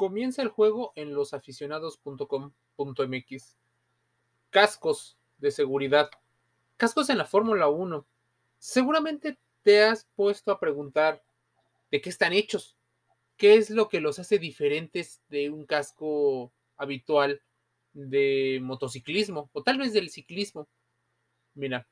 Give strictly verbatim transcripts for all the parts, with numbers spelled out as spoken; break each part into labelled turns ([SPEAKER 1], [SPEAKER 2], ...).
[SPEAKER 1] Comienza el juego en los aficionados punto com punto mx. Cascos de seguridad. Cascos en la Fórmula uno. Seguramente te has puesto a preguntar de qué están hechos, qué es lo que los hace diferentes de un casco habitual de motociclismo o tal vez del ciclismo. Mira,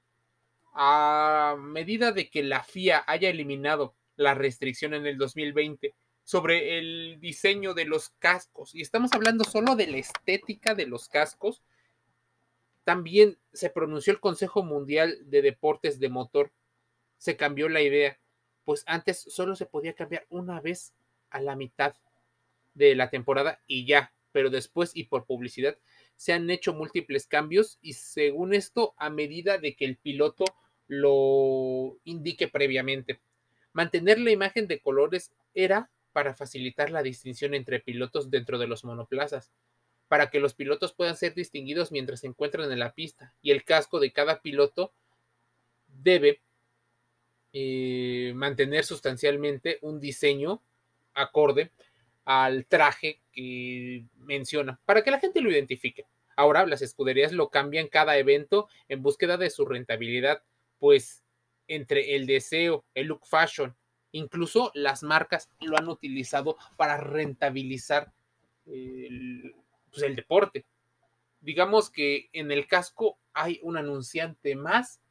[SPEAKER 1] a medida de que la F I A haya eliminado la restricción en el dos mil veinte sobre el diseño de los cascos, y estamos hablando solo de la estética de los cascos, también se pronunció el Consejo Mundial de Deportes de Motor. Se cambió la idea, pues antes solo se podía cambiar una vez a la mitad de la temporada y ya, pero después y por publicidad se han hecho múltiples cambios y según esto a medida de que el piloto lo indique previamente. Mantener la imagen de colores era para facilitar la distinción entre pilotos dentro de los monoplazas, para que los pilotos puedan ser distinguidos mientras se encuentran en la pista, y el casco de cada piloto debe eh, mantener sustancialmente un diseño acorde al traje que menciona, para que la gente lo identifique. Ahora las escuderías lo cambian cada evento en búsqueda de su rentabilidad, pues entre el deseo, el look fashion, incluso las marcas lo han utilizado para rentabilizar el, pues el deporte. Digamos que en el casco hay un anunciante más,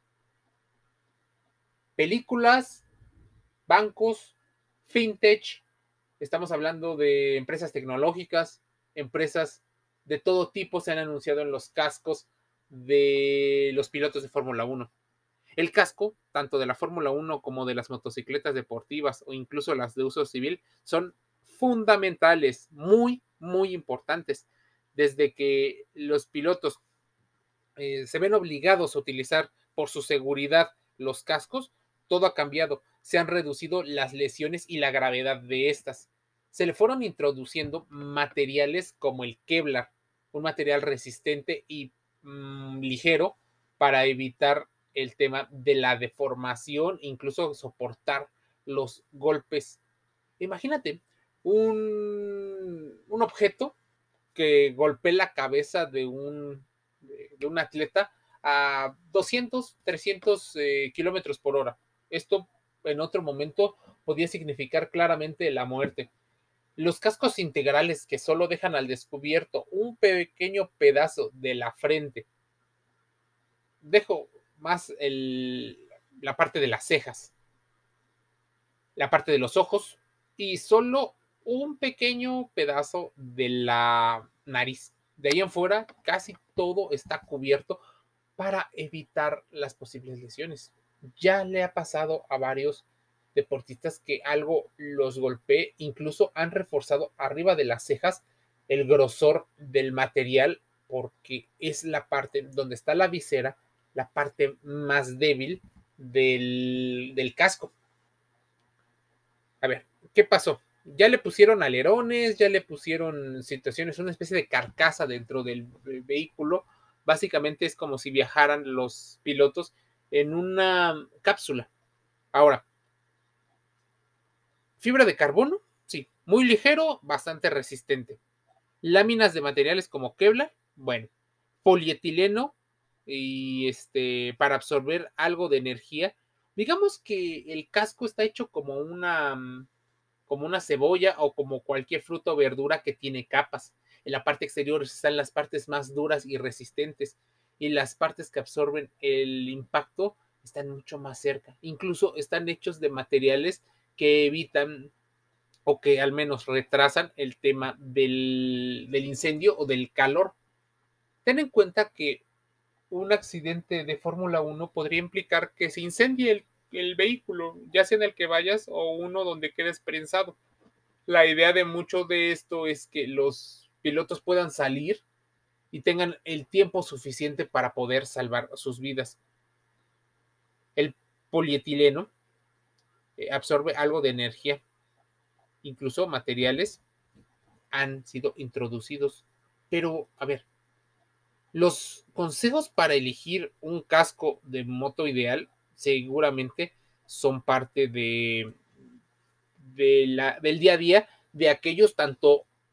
[SPEAKER 1] películas, bancos, fintech, estamos hablando de empresas tecnológicas, empresas de todo tipo se han anunciado en los cascos de los pilotos de Fórmula uno. El casco, tanto de la Fórmula uno como de las motocicletas deportivas o incluso las de uso civil, son fundamentales, muy, muy importantes. Desde que los pilotos eh, se ven obligados a utilizar por su seguridad los cascos, todo ha cambiado. Se han reducido las lesiones y la gravedad de estas. Se le fueron introduciendo materiales como el Kevlar, un material resistente y mmm, ligero para evitar el tema de la deformación, incluso soportar los golpes. Imagínate un, un objeto que golpee la cabeza de un, de, de un atleta a doscientos, trescientos eh, kilómetros por hora. Esto en otro momento podía significar claramente la muerte. Los cascos integrales que solo dejan al descubierto un pequeño pedazo de la frente. Dejo más el, la parte de las cejas, la parte de los ojos y solo un pequeño pedazo de la nariz. De ahí en fuera, casi todo está cubierto para evitar las posibles lesiones. Ya le ha pasado a varios deportistas que algo los golpee, incluso han reforzado arriba de las cejas el grosor del material porque es la parte donde está la visera, la parte más débil del, del casco. A ver, ¿qué pasó? Ya le pusieron alerones, ya le pusieron situaciones, una especie de carcasa dentro del vehículo. Básicamente es como si viajaran los pilotos en una cápsula. Ahora, fibra de carbono, sí, muy ligero, bastante resistente. Láminas de materiales como Kevlar, bueno, polietileno y este para absorber algo de energía. Digamos que el casco está hecho como una como una cebolla o como cualquier fruta o verdura que tiene capas. En la parte exterior están las partes más duras y resistentes y las partes que absorben el impacto están mucho más cerca. Incluso están hechos de materiales que evitan o que al menos retrasan el tema del, del incendio o del calor. Ten en cuenta que un accidente de Fórmula uno podría implicar que se incendie el, el vehículo, ya sea en el que vayas o uno donde quedes prensado. La idea de mucho de esto es que los pilotos puedan salir y tengan el tiempo suficiente para poder salvar sus vidas. El polietileno eh, absorbe algo de energía, incluso materiales han sido introducidos. Pero, a ver, los consejos para elegir un casco de moto ideal seguramente son parte de, de la, del día a día de aquellos tanto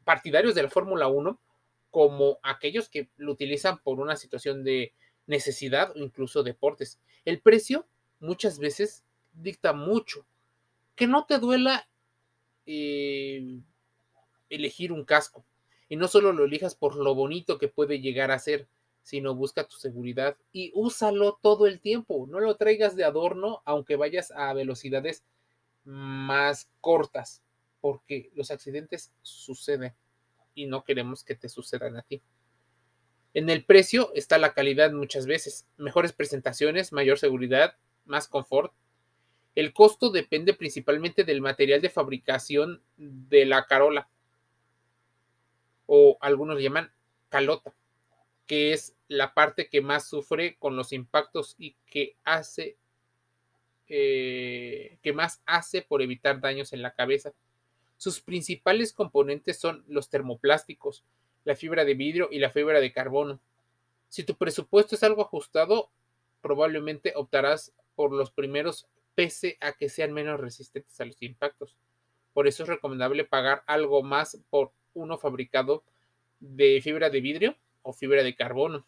[SPEAKER 1] partidarios de la Fórmula uno como aquellos que lo utilizan por una situación de necesidad o incluso deportes. El precio muchas veces dicta mucho. Que no te duela eh, elegir un casco. Y no solo lo elijas por lo bonito que puede llegar a ser, sino busca tu seguridad y úsalo todo el tiempo. No lo traigas de adorno, aunque vayas a velocidades más cortas, porque los accidentes suceden y no queremos que te sucedan a ti. En el precio está la calidad muchas veces, mejores presentaciones, mayor seguridad, más confort. El costo depende principalmente del material de fabricación de la carola, o algunos le llaman calota, que es la parte que más sufre con los impactos y que hace eh, que más hace por evitar daños en la cabeza. Sus principales componentes son los termoplásticos, la fibra de vidrio y la fibra de carbono. Si tu presupuesto es algo ajustado, probablemente optarás por los primeros pese a que sean menos resistentes a los impactos. Por eso es recomendable pagar algo más por uno fabricado de fibra de vidrio o fibra de carbono,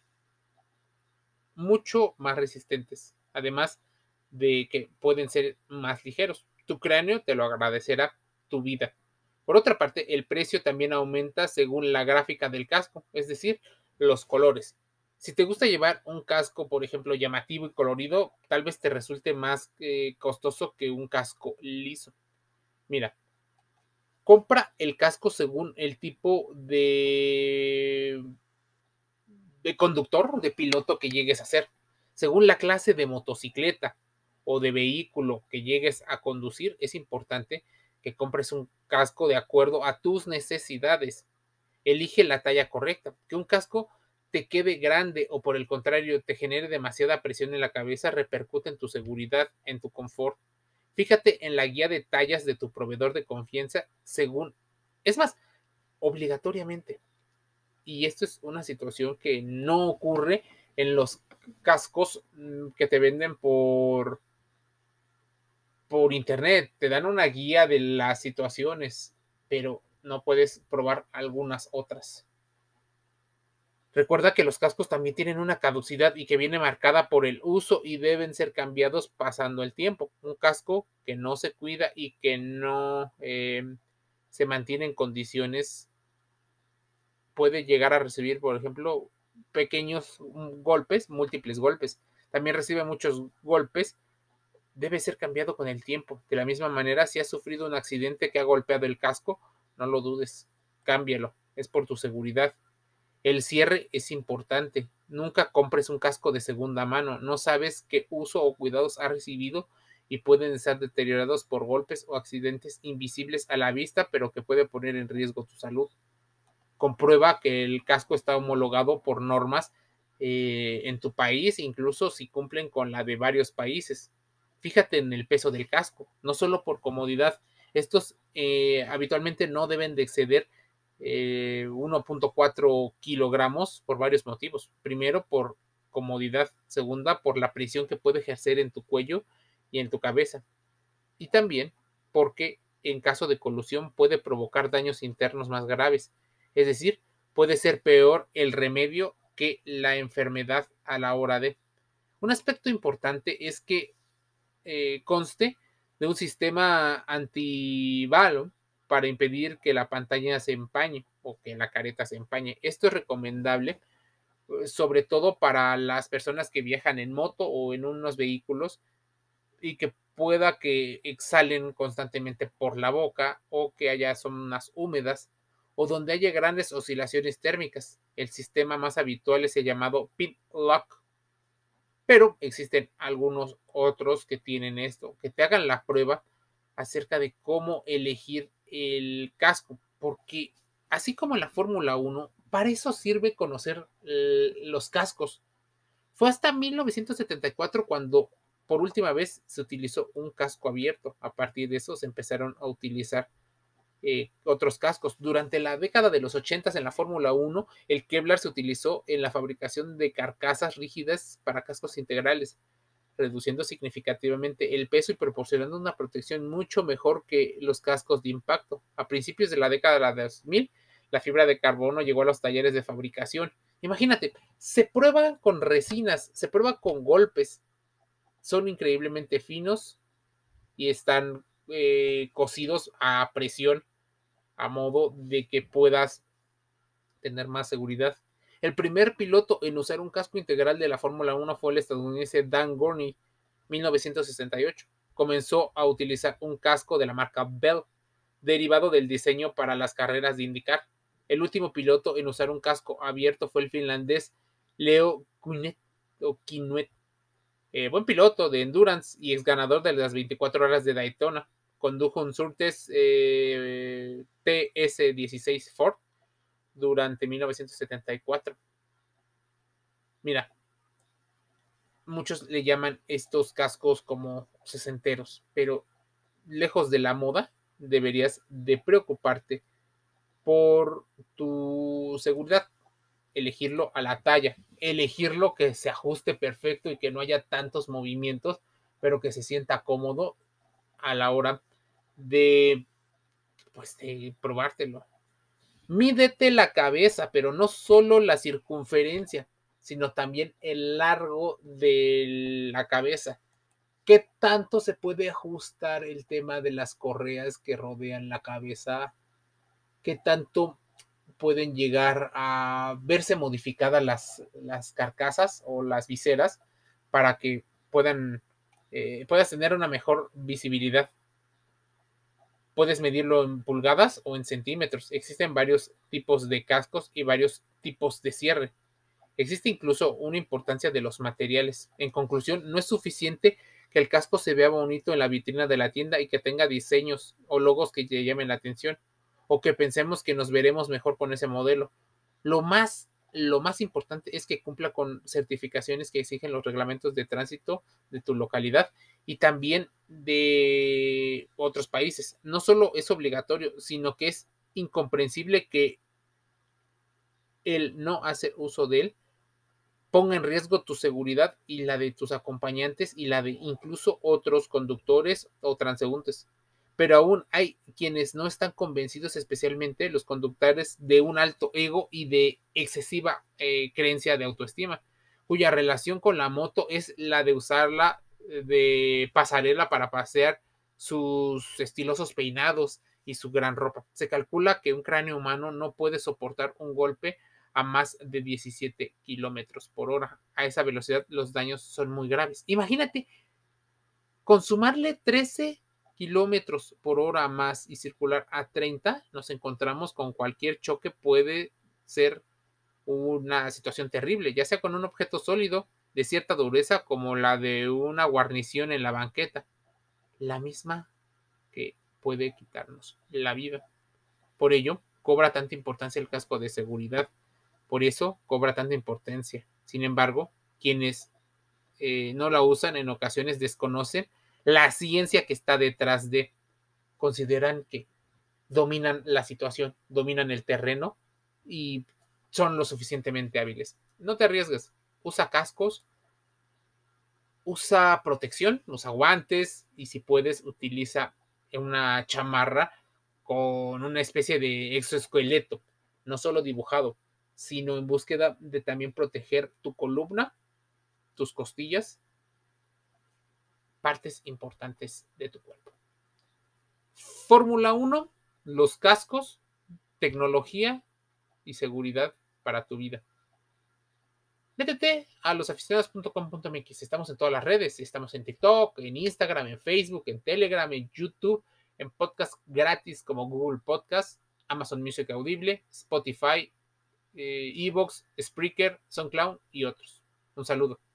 [SPEAKER 1] mucho más resistentes, además de que pueden ser más ligeros. Tu cráneo te lo agradecerá, tu vida. Por otra parte, el precio también aumenta según la gráfica del casco, es decir, los colores. Si te gusta llevar un casco, por ejemplo, llamativo y colorido, tal vez te resulte más eh, costoso que un casco liso. Mira, compra el casco según el tipo de, de conductor, de piloto que llegues a ser, según la clase de motocicleta o de vehículo que llegues a conducir. Es importante que compres un casco de acuerdo a tus necesidades. Elige la talla correcta. Que un casco te quede grande o por el contrario te genere demasiada presión en la cabeza repercute en tu seguridad, en tu confort. Fíjate en la guía de tallas de tu proveedor de confianza según, es más, obligatoriamente. Y esto es una situación que no ocurre en los cascos mm, que te venden por, por internet. Te dan una guía de las situaciones, pero no puedes probar algunas otras. Recuerda que los cascos también tienen una caducidad y que viene marcada por el uso y deben ser cambiados pasando el tiempo. Un casco que no se cuida y que no eh, se mantiene en condiciones puede llegar a recibir, por ejemplo, pequeños golpes, múltiples golpes. También recibe muchos golpes. Debe ser cambiado con el tiempo. De la misma manera, si has sufrido un accidente que ha golpeado el casco, no lo dudes, cámbialo. Es por tu seguridad. El cierre es importante. Nunca compres un casco de segunda mano. No sabes qué uso o cuidados ha recibido y pueden estar deteriorados por golpes o accidentes invisibles a la vista, pero que puede poner en riesgo tu salud. Comprueba que el casco está homologado por normas eh, en tu país, incluso si cumplen con la de varios países. Fíjate en el peso del casco, no solo por comodidad. Estos eh, habitualmente no deben de exceder eh, uno punto cuatro kilogramos por varios motivos. Primero, por comodidad. Segunda, por la presión que puede ejercer en tu cuello y en tu cabeza. Y también porque en caso de colusión puede provocar daños internos más graves. Es decir, puede ser peor el remedio que la enfermedad a la hora de. Un aspecto importante es que eh, conste de un sistema antibalo para impedir que la pantalla se empañe o que la careta se empañe. Esto es recomendable, eh, sobre todo para las personas que viajan en moto o en unos vehículos y que pueda que exhalen constantemente por la boca o que haya zonas húmedas o donde haya grandes oscilaciones térmicas. El sistema más habitual es el llamado pit lock, pero existen algunos otros que tienen esto. Que te hagan la prueba acerca de cómo elegir el casco, porque así como en la Fórmula uno, para eso sirve conocer los cascos. Fue hasta mil novecientos setenta y cuatro cuando por última vez se utilizó un casco abierto. A partir de eso se empezaron a utilizar eh, otros cascos. Durante la década de los ochentas en la Fórmula uno, el Kevlar se utilizó en la fabricación de carcasas rígidas para cascos integrales, reduciendo significativamente el peso y proporcionando una protección mucho mejor que los cascos de impacto. A principios de la década de dos mil, la fibra de carbono llegó a los talleres de fabricación. Imagínate, se prueba con resinas, se prueba con golpes. Son increíblemente finos y están eh, cosidos a presión a modo de que puedas tener más seguridad. El primer piloto en usar un casco integral de la Fórmula uno fue el estadounidense Dan Gurney, mil novecientos sesenta y ocho. Comenzó a utilizar un casco de la marca Bell, derivado del diseño para las carreras de IndyCar. El último piloto en usar un casco abierto fue el finlandés Leo Kynette, o Kynette, eh, buen piloto de endurance y ex ganador de las veinticuatro horas de Daytona. Condujo un Surtees eh, T S dieciséis Ford durante mil novecientos setenta y cuatro. Mira, muchos le llaman estos cascos como sesenteros, pero lejos de la moda, deberías de preocuparte por tu seguridad, elegirlo a la talla, elegirlo que se ajuste perfecto y que no haya tantos movimientos, pero que se sienta cómodo a la hora de, pues, de probártelo. Mídete la cabeza, pero no solo la circunferencia, sino también el largo de la cabeza. ¿Qué tanto se puede ajustar el tema de las correas que rodean la cabeza? ¿Qué tanto pueden llegar a verse modificadas las, las carcasas o las viseras para que puedan eh, puedas tener una mejor visibilidad? Puedes medirlo en pulgadas o en centímetros. Existen varios tipos de cascos y varios tipos de cierre. Existe incluso una importancia de los materiales. En conclusión, no es suficiente que el casco se vea bonito en la vitrina de la tienda y que tenga diseños o logos que te llamen la atención, o que pensemos que nos veremos mejor con ese modelo. Lo más, lo más importante es que cumpla con certificaciones que exigen los reglamentos de tránsito de tu localidad y también de otros países. No solo es obligatorio, sino que es incomprensible que el no hacer uso de él ponga en riesgo tu seguridad y la de tus acompañantes y la de incluso otros conductores o transeúntes. Pero aún hay quienes no están convencidos, especialmente los conductores de un alto ego y de excesiva eh, creencia de autoestima, cuya relación con la moto es la de usarla de pasarela para pasear sus estilosos peinados y su gran ropa. Se calcula que un cráneo humano no puede soportar un golpe a más de diecisiete kilómetros por hora. A esa velocidad los daños son muy graves. Imagínate, con sumarle trece kilómetros por hora más y circular a treinta, nos encontramos con cualquier choque. Puede ser una situación terrible, ya sea con un objeto sólido de cierta dureza como la de una guarnición en la banqueta, la misma que puede quitarnos la vida. Por ello, cobra tanta importancia el casco de seguridad. Por eso cobra tanta importancia. Sin embargo, quienes eh, no la usan en ocasiones desconocen la ciencia que está detrás de, consideran que dominan la situación, dominan el terreno y son lo suficientemente hábiles. No te arriesgues, usa cascos, usa protección, usa guantes y si puedes utiliza una chamarra con una especie de exoesqueleto, no solo dibujado, sino en búsqueda de también proteger tu columna, tus costillas, partes importantes de tu cuerpo. Fórmula uno, los cascos, tecnología y seguridad para tu vida. Métete a los aficionados punto com punto m x. Estamos en todas las redes. Estamos en TikTok, en Instagram, en Facebook, en Telegram, en YouTube, en podcast gratis como Google Podcast, Amazon Music Audible, Spotify, eh, Evox, Spreaker, SoundCloud y otros. Un saludo.